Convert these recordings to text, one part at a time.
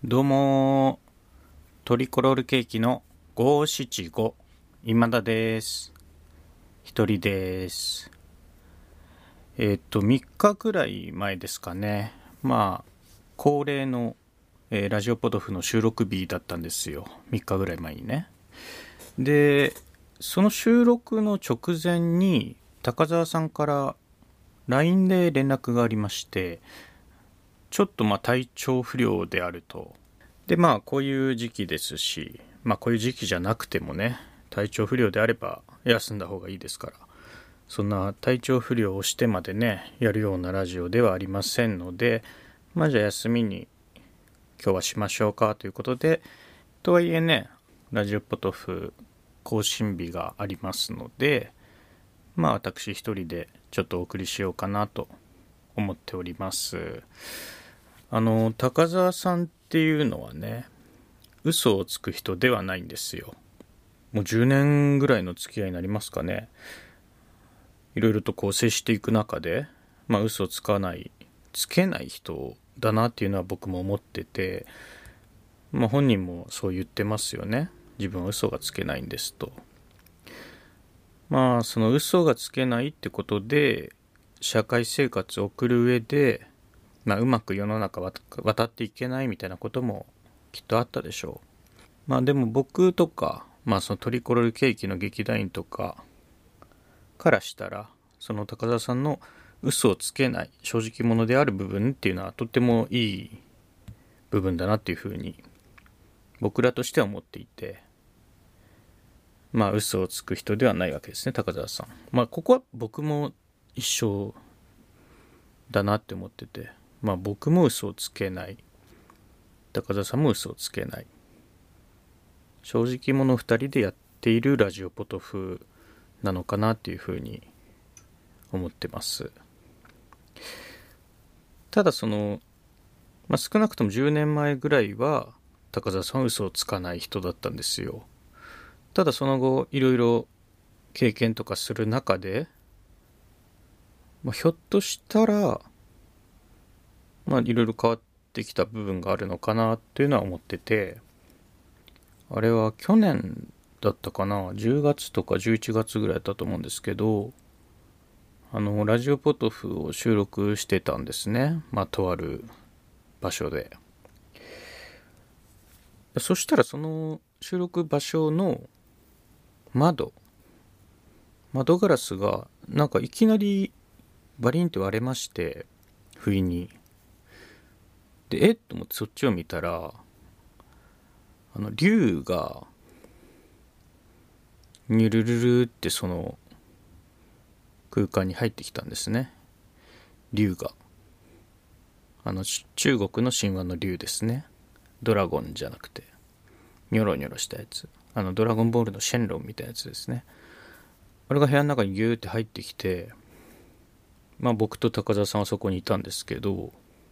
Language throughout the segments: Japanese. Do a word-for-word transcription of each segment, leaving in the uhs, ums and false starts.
どうもトリコロールケーキのごーしちご今田です。一人です。えっとみっかくらい前ですかね。まあ恒例の、えーラジオポトフの収録日だったんですよ。みっかぐらい前にね。でその収録の直前に高澤さんから ライン で連絡がありまして、ちょっとまあ体調不良であると。でまあこういう時期ですし、まあこういう時期じゃなくてもね、体調不良であれば休んだ方がいいですから、そんな体調不良をしてまでねやるようなラジオではありませんので、まあじゃあ休みに今日はしましょうかということで、とはいえねラジオポトフ更新日がありますので、まあ私一人でちょっとお送りしようかなと思っております。あの高澤さんっていうのはね、嘘をつく人ではないんですよ。もうじゅうねんぐらいの付き合いになりますかね。いろいろとこう接していく中で、まあ嘘をつかないつけない人だなっていうのは僕も思ってて、まあ本人もそう言ってますよね。自分は嘘がつけないんですと。まあその嘘がつけないってことで社会生活を送る上で、まあ、うまく世の中渡っていけないみたいなこともきっとあったでしょう。まあでも僕とか、まあそのトリコロールケーキの劇団員とかからしたら、その高田さんの嘘をつけない正直者である部分っていうのはとってもいい部分だなっていうふうに僕らとしては思っていて、まあ嘘をつく人ではないわけですね、高田さん。まあここは僕も一緒だなって思ってて、まあ僕も嘘をつけない、高田さんも嘘をつけない、正直者ふたりでやっているラジオポトフなのかなっていうふうに思ってます。ただその、まあ、少なくともじゅうねんまえぐらいは高澤さんは嘘をつかない人だったんですよ。ただその後いろいろ経験とかする中で、まあ、ひょっとしたらまあいろいろ変わってきた部分があるのかなっていうのは思ってて、あれは去年だったかな、じゅうがつとかじゅういちがつぐらいだったと思うんですけど、あのラジオポトフを収録してたんですね。まあとある場所で。そしたらその収録場所の窓窓ガラスがなんかいきなりバリンって割れまして、不意に。でえっと思ってそっちを見たら、あの竜がニュルルルってその空間に入ってきたんですね。竜が、あの中国の神話の竜ですね。ドラゴンじゃなくてニョロニョロしたやつ、あのドラゴンボールのシェンロンみたいなやつですね。あれが部屋の中にギューって入ってきて、まあ僕と高澤さんはそこにいたんですけど、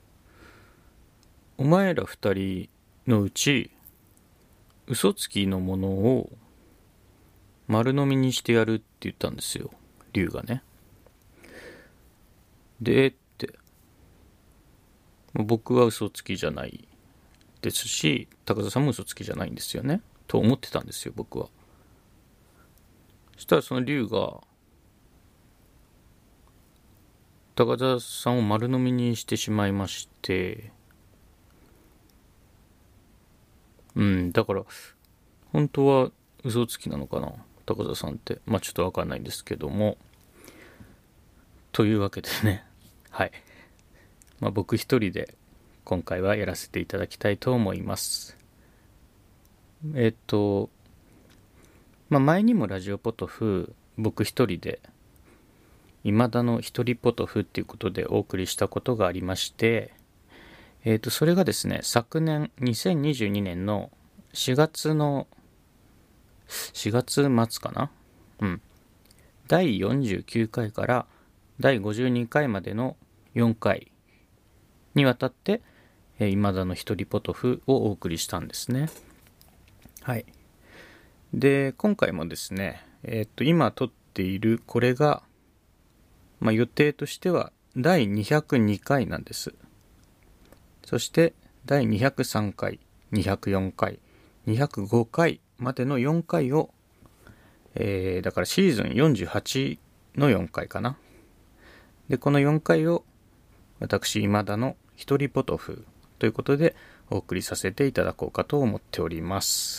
お前ら二人のうち嘘つきのものを丸飲みにしてやるって言ったんですよ、竜がね。でって僕は嘘つきじゃないですし、高田さんも嘘つきじゃないんですよねと思ってたんですよ、僕は。そしたらその竜が高田さんを丸飲みにしてしまいまして、うんだから本当は嘘つきなのかな、高田さんって。まあちょっと分かんないんですけども、というわけでね、はい、まあ、僕一人で今回はやらせていただきたいと思います。えっとまあ前にもラジオポトフ僕一人で今田の一人ポトフっていうことでお送りしたことがありまして、えっとそれがですね、昨年にせんにじゅうにねんのしがつのしがつ末かな、うんだいよんじゅうきゅうかいからだいごじゅうにかいまでのよんかいにわたって今田の一人ポトフをお送りしたんですね。はい。で今回もですね、えっと今撮っているこれが、まあ、予定としてはだいにひゃくにかいなんです。そしてだいにひゃくさんかいにひゃくよんかい、にひゃくごかいまでのよんかいを、えー、だからシーズンよんじゅうはちのよんかいかな。で、このよんかいを私今田の一人ポトフということでお送りさせていただこうかと思っております。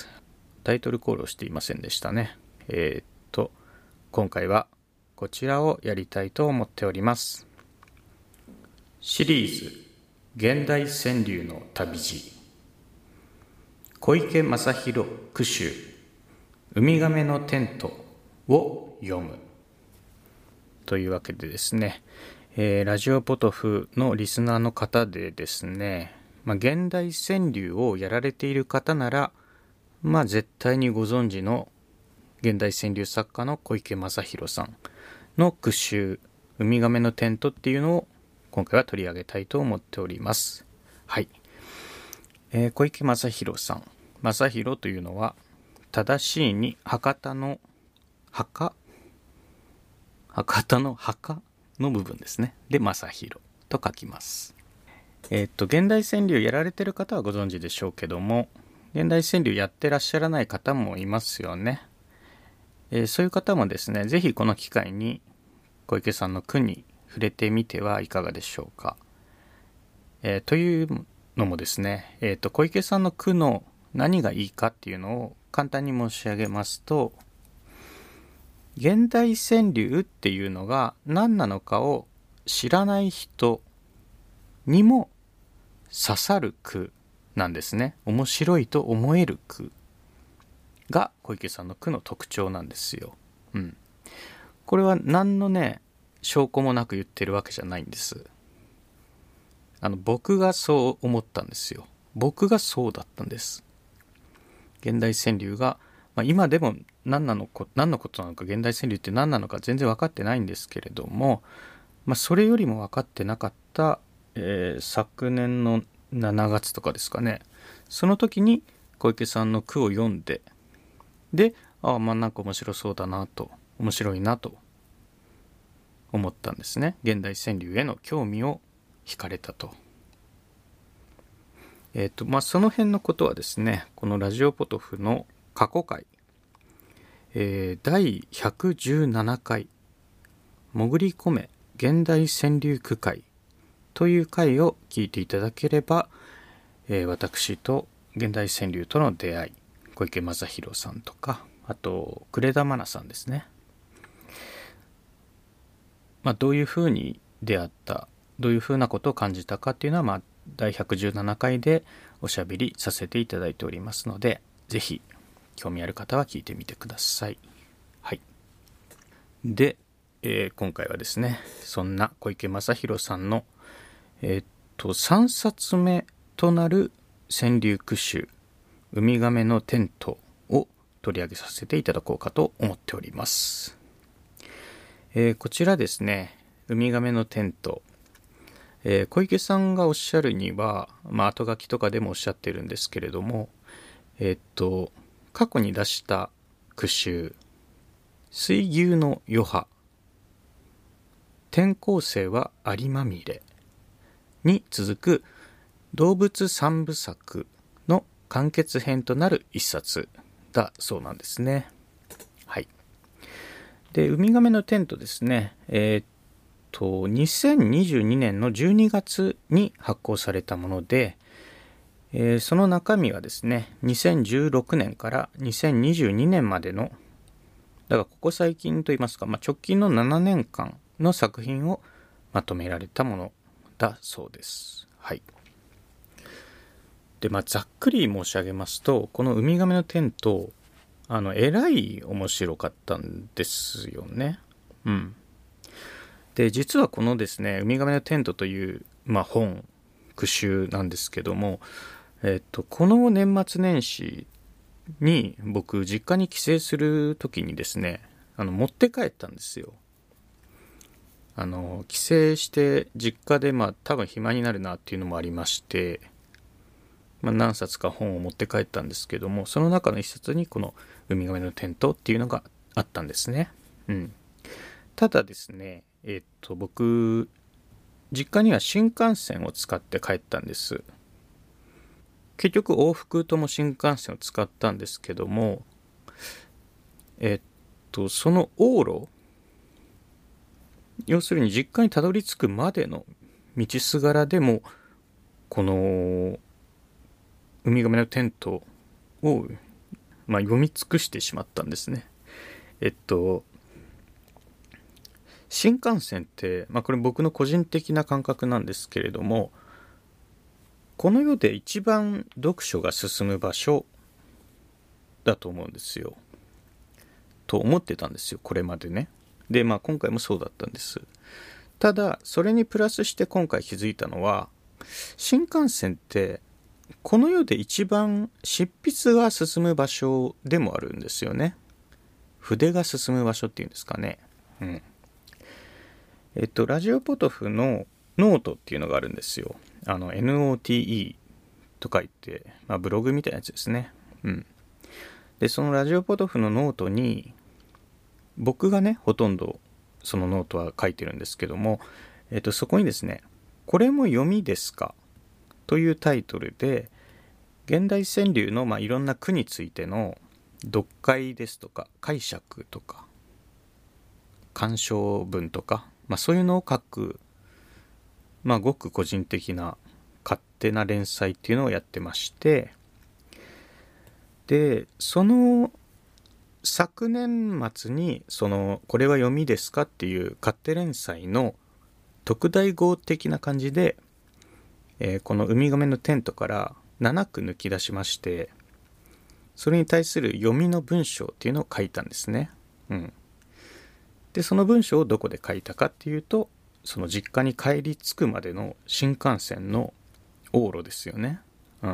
タイトルコールをしていませんでしたね。えー、っと今回はこちらをやりたいと思っております。シリーズ現代川柳の旅路、小池正弘句集ウミガメのテントを読むというわけでですね、えー、ラジオポトフのリスナーの方でですね、まあ、現代川柳をやられている方なら、まあ、絶対にご存知の現代川柳作家の小池正弘さんの句集ウミガメのテントっていうのを今回は取り上げたいと思っております。はい、えー、小池正弘さん、正弘というのは正しいに博多の墓博多の墓の部分ですね。で、正弘と書きます。えー、っと現代川柳やられてる方はご存知でしょうけども、現代川柳やってらっしゃらない方もいますよね。えー、そういう方もですね、ぜひこの機会に小池さんの句に触れてみてはいかがでしょうか。えー、というのもですね、えー、と小池さんの句の何がいいかっていうのを簡単に申し上げますと、現代川柳っていうのが何なのかを知らない人にも刺さる句なんですね。面白いと思える句が小池さんの句の特徴なんですよ。うん。これは何のね証拠もなく言ってるわけじゃないんです。あの僕がそう思ったんですよ。僕がそうだったんです。現代川柳が、まあ、今でも何なのこ何のことなのか、現代川柳って何なのか全然分かってないんですけれども、まあ、それよりも分かってなかった、えー、昨年のしちがつとかですかね。その時に小池さんの句を読んで、で、ああまあなんか面白そうだなと、面白いなと思ったんですね。現代川柳への興味を惹かれたと。えっとまあその辺のことはですね、このラジオポトフの過去回、えー、だいひゃくじゅうななかい潜り込め現代川柳句会という回を聞いていただければ、えー、私と現代川柳との出会い、小池正弘さんとか、あと呉田愛菜さんですね、まあ、どういうふうに出会った、どういうふうなことを感じたかっていうのは、まあ、だいひゃくじゅうななかいでおしゃべりさせていただいておりますので、ぜひ興味ある方は聞いてみてください。はい。で、えー、今回はですね、そんな小池正弘さんの、えー、っとさんさつめとなる川柳句集ウミガメのテントを取り上げさせていただこうかと思っております。えー、こちらですね、ウミガメのテント、えー、小池さんがおっしゃるには、まあ、後書きとかでもおっしゃってるんですけれども、えー、っと過去に出した句集水牛の余波、転校生はアリまみれに続く動物三部作の完結編となる一冊だそうなんですね。はい。で、ウミガメのテントですね、えー、っとにせんにじゅうにねんのじゅうにがつに発行されたもので、えー、その中身はですね、にせんじゅうろくねんからにせんにじゅうにねんまでの、だからここ最近といいますか、まあ、直近のななねんかんの作品をまとめられたものだそうです。はい。で、まあ、ざっくり申し上げますと、このウミガメのテント、あのえらい面白かったんですよね。うん。で、実はこのですね、ウミガメのテントという、まあ、本句集なんですけども、えっとこの年末年始に僕実家に帰省する時にですね、あの持って帰ったんですよ。あの帰省して実家でまあ多分暇になるなっていうのもありまして、まあ、何冊か本を持って帰ったんですけども、その中の一冊にこのウミガメのテントっていうのがあったんですね。うん。ただですね、えっと僕実家には新幹線を使って帰ったんです。 結局往復とも新幹線を使ったんですけども、えっとその往路、要するに実家にたどり着くまでの道すがらでもこのウミガメのテントを、まあ、読み尽くしてしまったんですね。えっと新幹線って、まあ、これ僕の個人的な感覚なんですけれども、この世で一番読書が進む場所だと思うんですよ。と思ってたんですよ、これまでね。で、まあ今回もそうだったんです。ただ、それにプラスして今回気づいたのは、新幹線ってこの世で一番執筆が進む場所でもあるんですよね。筆が進む場所っていうんですかね。うん。えっと、ラジオポトフのノートっていうのがあるんですよ。あの、エヌオーティーイー と書いて、まあ、ブログみたいなやつですね。うん。で、そのラジオポトフのノートに、僕がね、ほとんどそのノートは書いてるんですけども、えっと、そこにですね、これも読みですかというタイトルで、現代川柳の、まあ、いろんな句についての読解ですとか、解釈とか、鑑賞文とか、まあ、そういうのを書く、まあ、ごく個人的な勝手な連載っていうのをやってまして、で、その昨年末にそのこれは読みですかっていう勝手連載の特大号的な感じで、えー、このウミガメのテントからななく抜き出しまして、それに対する読みの文章っていうのを書いたんですね。うん。で、その文章をどこで書いたかっていうと、その実家に帰り着くまでの新幹線の往路ですよね。うん。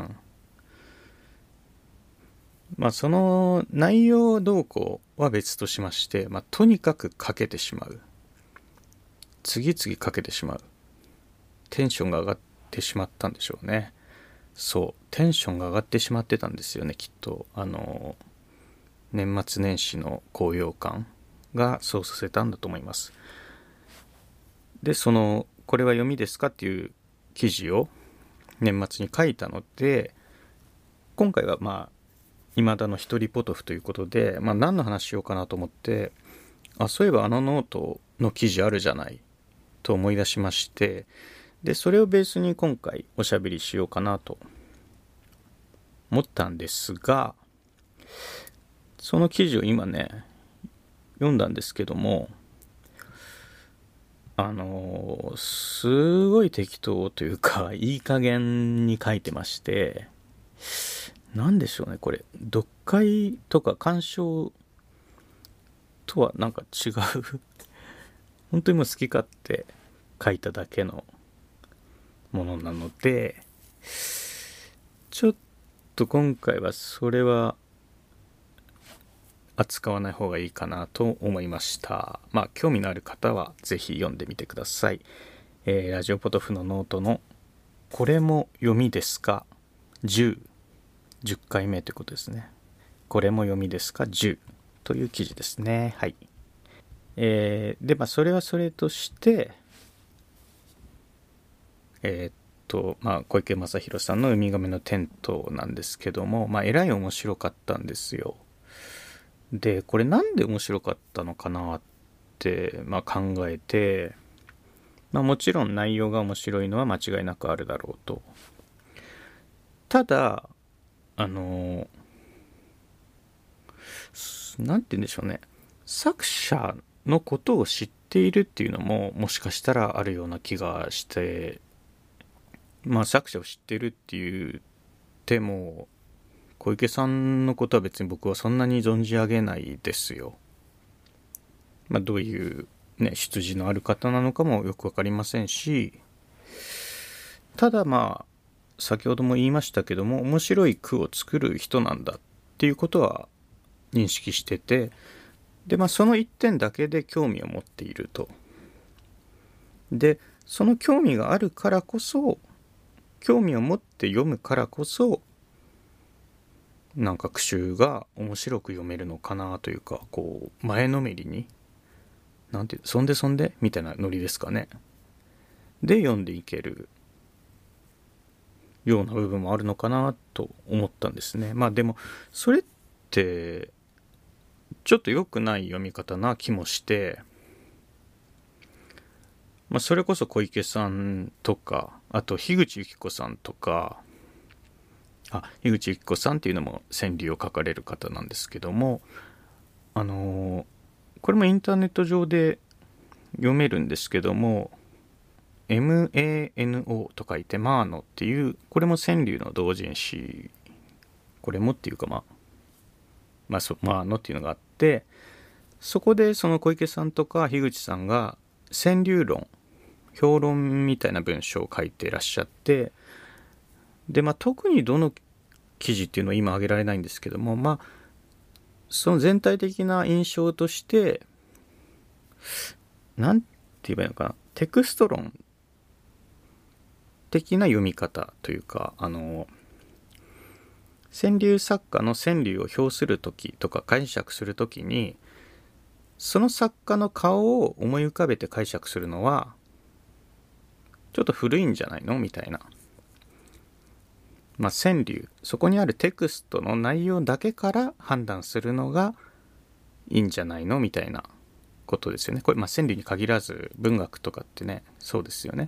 まあその内容動向は別としまして、まあとにかくかけてしまう。次々かけてしまう。テンションが上がってしまったんでしょうね。そう。テンションが上がってしまってたんですよね、きっと。あの、年末年始の高揚感がそうさせたんだと思います。で、その、これは読みですかっていう記事を年末に書いたので、今回はまあ、今田の一人ポトフということで、まあ何の話しようかなと思って、あ、そういえばあのノートの記事あるじゃないと思い出しまして、で、それをベースに今回おしゃべりしようかなと思ったんですが、その記事を今ね、読んだんですけども、あのすごい適当というかいい加減に書いてまして、なんでしょうね、これ読解とか鑑賞とはなんか違う本当にもう好き勝手書いただけのものなので、ちょっと今回はそれは扱わない方がいいかなと思いました。まあ興味のある方はぜひ読んでみてください。えー、ラジオポトフのノートのこれも読みですかじゅう、じゅっかいめということですね。これも読みですかじゅうという記事ですね。はい。えー、でまあそれはそれとして、えー、っとまあ小池正弘さんのウミガメのテントなんですけども、まあえらい面白かったんですよ。で、これなんで面白かったのかなって、まあ、考えて、まあ、もちろん内容が面白いのは間違いなくあるだろうと。ただ、あの、なんて言うんでしょうね。作者のことを知っているっていうのももしかしたらあるような気がして、まあ作者を知ってるって言っても、小池さんのことは別に僕はそんなに存じ上げないですよ。まあ、どういうね、出自のある方なのかもよくわかりませんし、ただまあ、先ほども言いましたけども、面白い句を作る人なんだっていうことは認識してて、で、まあその一点だけで興味を持っていると。で、その興味があるからこそ、興味を持って読むからこそ、なんか句集が面白く読めるのかなというか、こう前のめりに、なんていうそんでそんでみたいなノリですかね。で読んでいけるような部分もあるのかなと思ったんですね。まあでもそれってちょっと良くない読み方な気もして、まあ、それこそ小池さんとか、あと樋口幸子さんとか、あ、樋口幸子さんっていうのも川柳を書かれる方なんですけども、あのーこれもインターネット上で読めるんですけども、マノ と書いてマーノっていう、これも川柳の同人誌、これもっていうかまあ、まあそ、マーノっていうのがあって、そこでその小池さんとか樋口さんが川柳論、評論みたいな文章を書いていらっしゃって、で、まあ特にどの記事っていうのは今挙げられないんですけども、まあ、その全体的な印象として、なんて言えばいいのかな、テクスト論的な読み方というか、あの、川柳作家の川柳を評するときとか解釈するときに、その作家の顔を思い浮かべて解釈するのは、ちょっと古いんじゃないのみたいな。まあ、川柳、そこにあるテクストの内容だけから判断するのがいいんじゃないのみたいなことですよね。これ、まあ、川柳に限らず文学とかってね、そうですよね。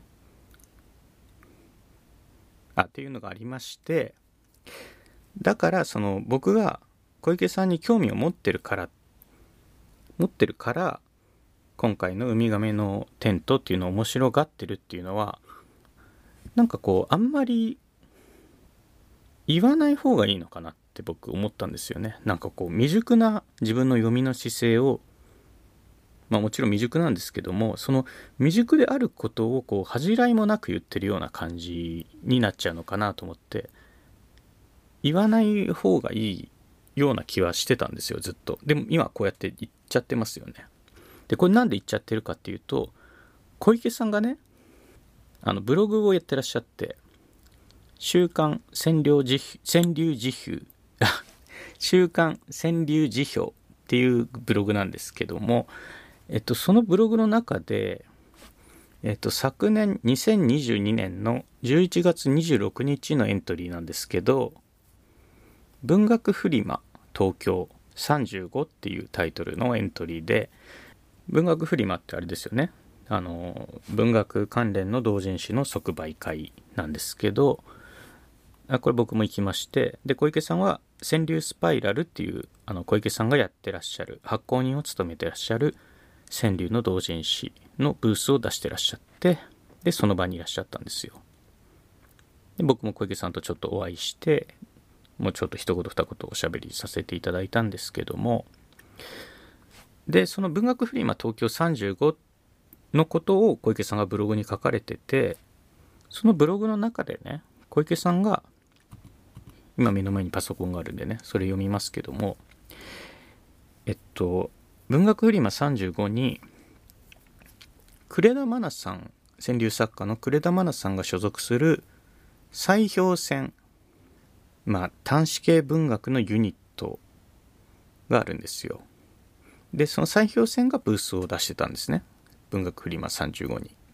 あ、っていうのがありまして、だからその僕が小池さんに興味を持ってるから持ってるから今回のウミガメのテントっていうのを面白がってるっていうのは、なんかこうあんまり言わない方がいいのかなって僕思ったんですよね。なんかこう未熟な自分の読みの姿勢を、まあもちろん未熟なんですけども、その未熟であることをこう恥じらいもなく言ってるような感じになっちゃうのかなと思って、言わない方がいいような気はしてたんですよ、ずっと。でも今こうやって言っちゃってますよね。で、これなんで言っちゃってるかっていうと、小池さんがね、あのブログをやってらっしゃって、週刊川柳辞川柳辞表週刊川柳辞表っていうブログなんですけども、えっとそのブログの中で、えっと昨年にせんにじゅうにねんのじゅういちがつにじゅうろくにちのエントリーなんですけど、文学フリマ東京さんじゅうごっていうタイトルのエントリーで、文学フリマってあれですよね、あの文学関連の同人誌の即売会なんですけど、これ僕も行きまして、で小池さんは川柳スパイラルっていうあの小池さんがやってらっしゃる発行人を務めてらっしゃる川柳の同人誌のブースを出してらっしゃって、でその場にいらっしゃったんですよ。で僕も小池さんとちょっとお会いして、もうちょっと一言二言おしゃべりさせていただいたんですけども、でその文学フリマ東京さんじゅうごのことを小池さんがブログに書かれてて、そのブログの中でね、小池さんが、今目の前にパソコンがあるんでね、それ読みますけども、えっと文学フリマさんじゅうごに呉田愛菜さん、川柳作家の呉田愛菜さんが所属する砕氷船、まあ端子系文学のユニットがあるんですよ。でその砕氷船がブースを出してたんですね、文学フリマさんじゅうごに。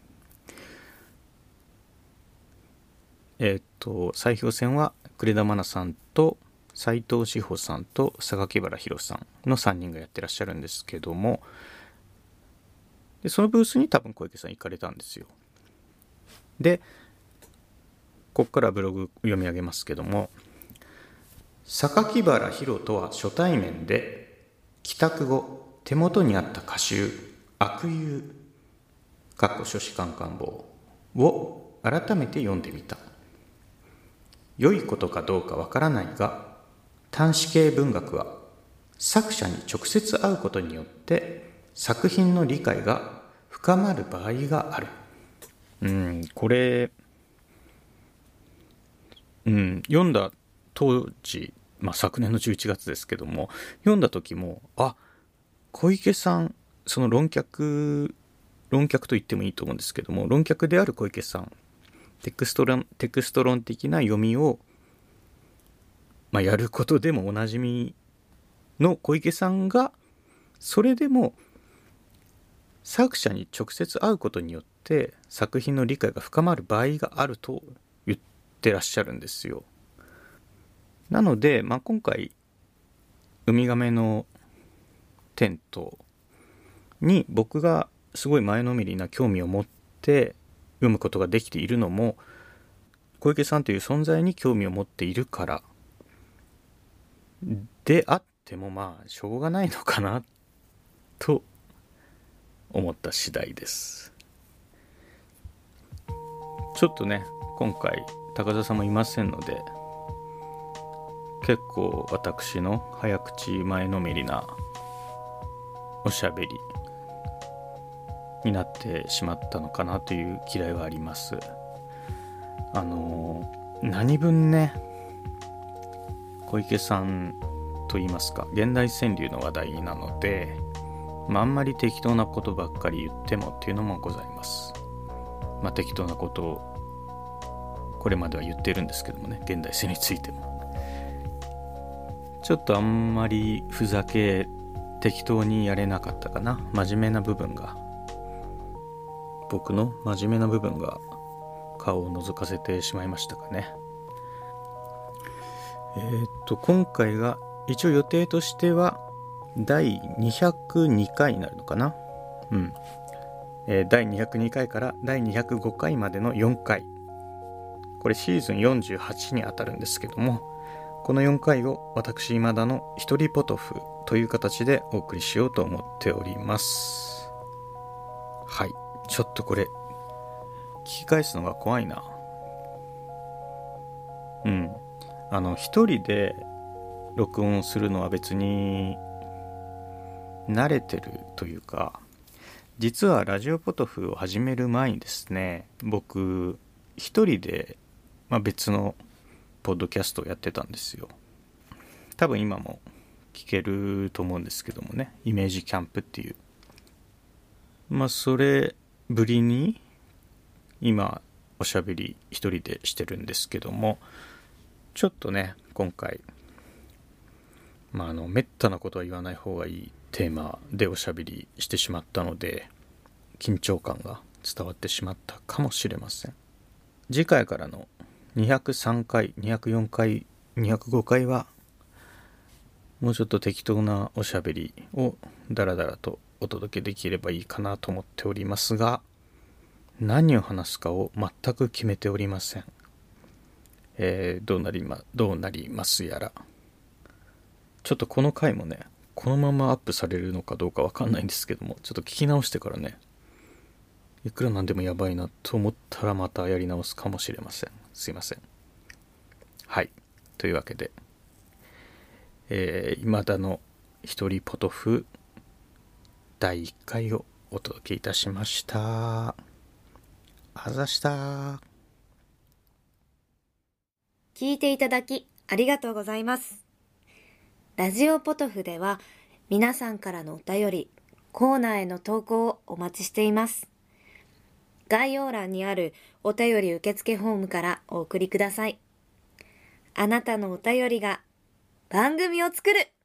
えっと砕氷船は呉田愛菜さんと斉藤志保さんと榊原宏さんのさんにんがやってらっしゃるんですけども、でそのブースに多分小池さん行かれたんですよ。でここからブログ読み上げますけども、榊原宏とは初対面で、帰宅後手元にあった歌集悪友かっこ書士官官房を改めて読んでみた。良いことかどうかわからないが、端子系文学は作者に直接会うことによって作品の理解が深まる場合がある。うん、これ、うん、読んだ当時、まあ、昨年のじゅういちがつですけども、読んだ時も、あ、小池さん、その論客論客と言ってもいいと思うんですけども、論客である小池さん、テクスト論テクスト論的な読みを、まあ、やることでもおなじみの小池さんが、それでも作者に直接会うことによって作品の理解が深まる場合があると言っってらっしゃるんですよ。なので、まあ、今回ウミガメのテントに僕がすごい前のめりな興味を持って読むことができているのも、小池さんという存在に興味を持っているからであっても、まあしょうがないのかなと思った次第です。ちょっとね、今回高田さんもいませんので、結構私の早口前のめりなおしゃべりになってしまったのかなという嫌いはあります。あの何分ね、小池さんと言いますか、現代川柳の話題なので、まあ、あんまり適当なことばっかり言ってもっていうのもございます。まあ適当なことをこれまでは言ってるんですけどもね、現代川柳についてもちょっとあんまりふざけ適当にやれなかったかな。真面目な部分が、僕の真面目な部分が顔を覗かせてしまいましたかね。えー、っと今回が一応予定としてはだいにひゃくにかいになるのかな。うん、えー、だいにひゃくにかいからだいにひゃくごかいまでのよんかい、これシーズンよんじゅうはちにあたるんですけども、このよんかいを私今田の一人ポトフという形でお送りしようと思っております。はい、ちょっとこれ聞き返すのが怖いな。うんあの一人で録音するのは別に慣れてるというか、実はラジオポトフを始める前にですね、僕一人で、まあ、別のポッドキャストをやってたんですよ。多分今も聞けると思うんですけどもね、イメージキャンプっていう、まあそれぶりに今おしゃべり一人でしてるんですけども、ちょっとね今回まああのめったなことは言わない方がいいテーマでおしゃべりしてしまったので、緊張感が伝わってしまったかもしれません。次回からのにひゃくさんかい、にひゃくよんかい、にひゃくごかいはもうちょっと適当なおしゃべりをダラダラとお届けできればいいかなと思っておりますが、何を話すかを全く決めておりません。えー、どうなりま、どうなりますやら。ちょっとこの回もね、このままアップされるのかどうかわかんないんですけども、ちょっと聞き直してからね、いくらなんでもやばいなと思ったらまたやり直すかもしれません。すいません。はい。というわけで、えー、今田の一人ポトフだいいっかいをお届けいたしました。あざした。 聞いていただきありがとうございます。ラジオポトフでは皆さんからのお便り、コーナーへの投稿をお待ちしています。概要欄にあるお便り受付フォームからお送りください。あなたのお便りが番組を作る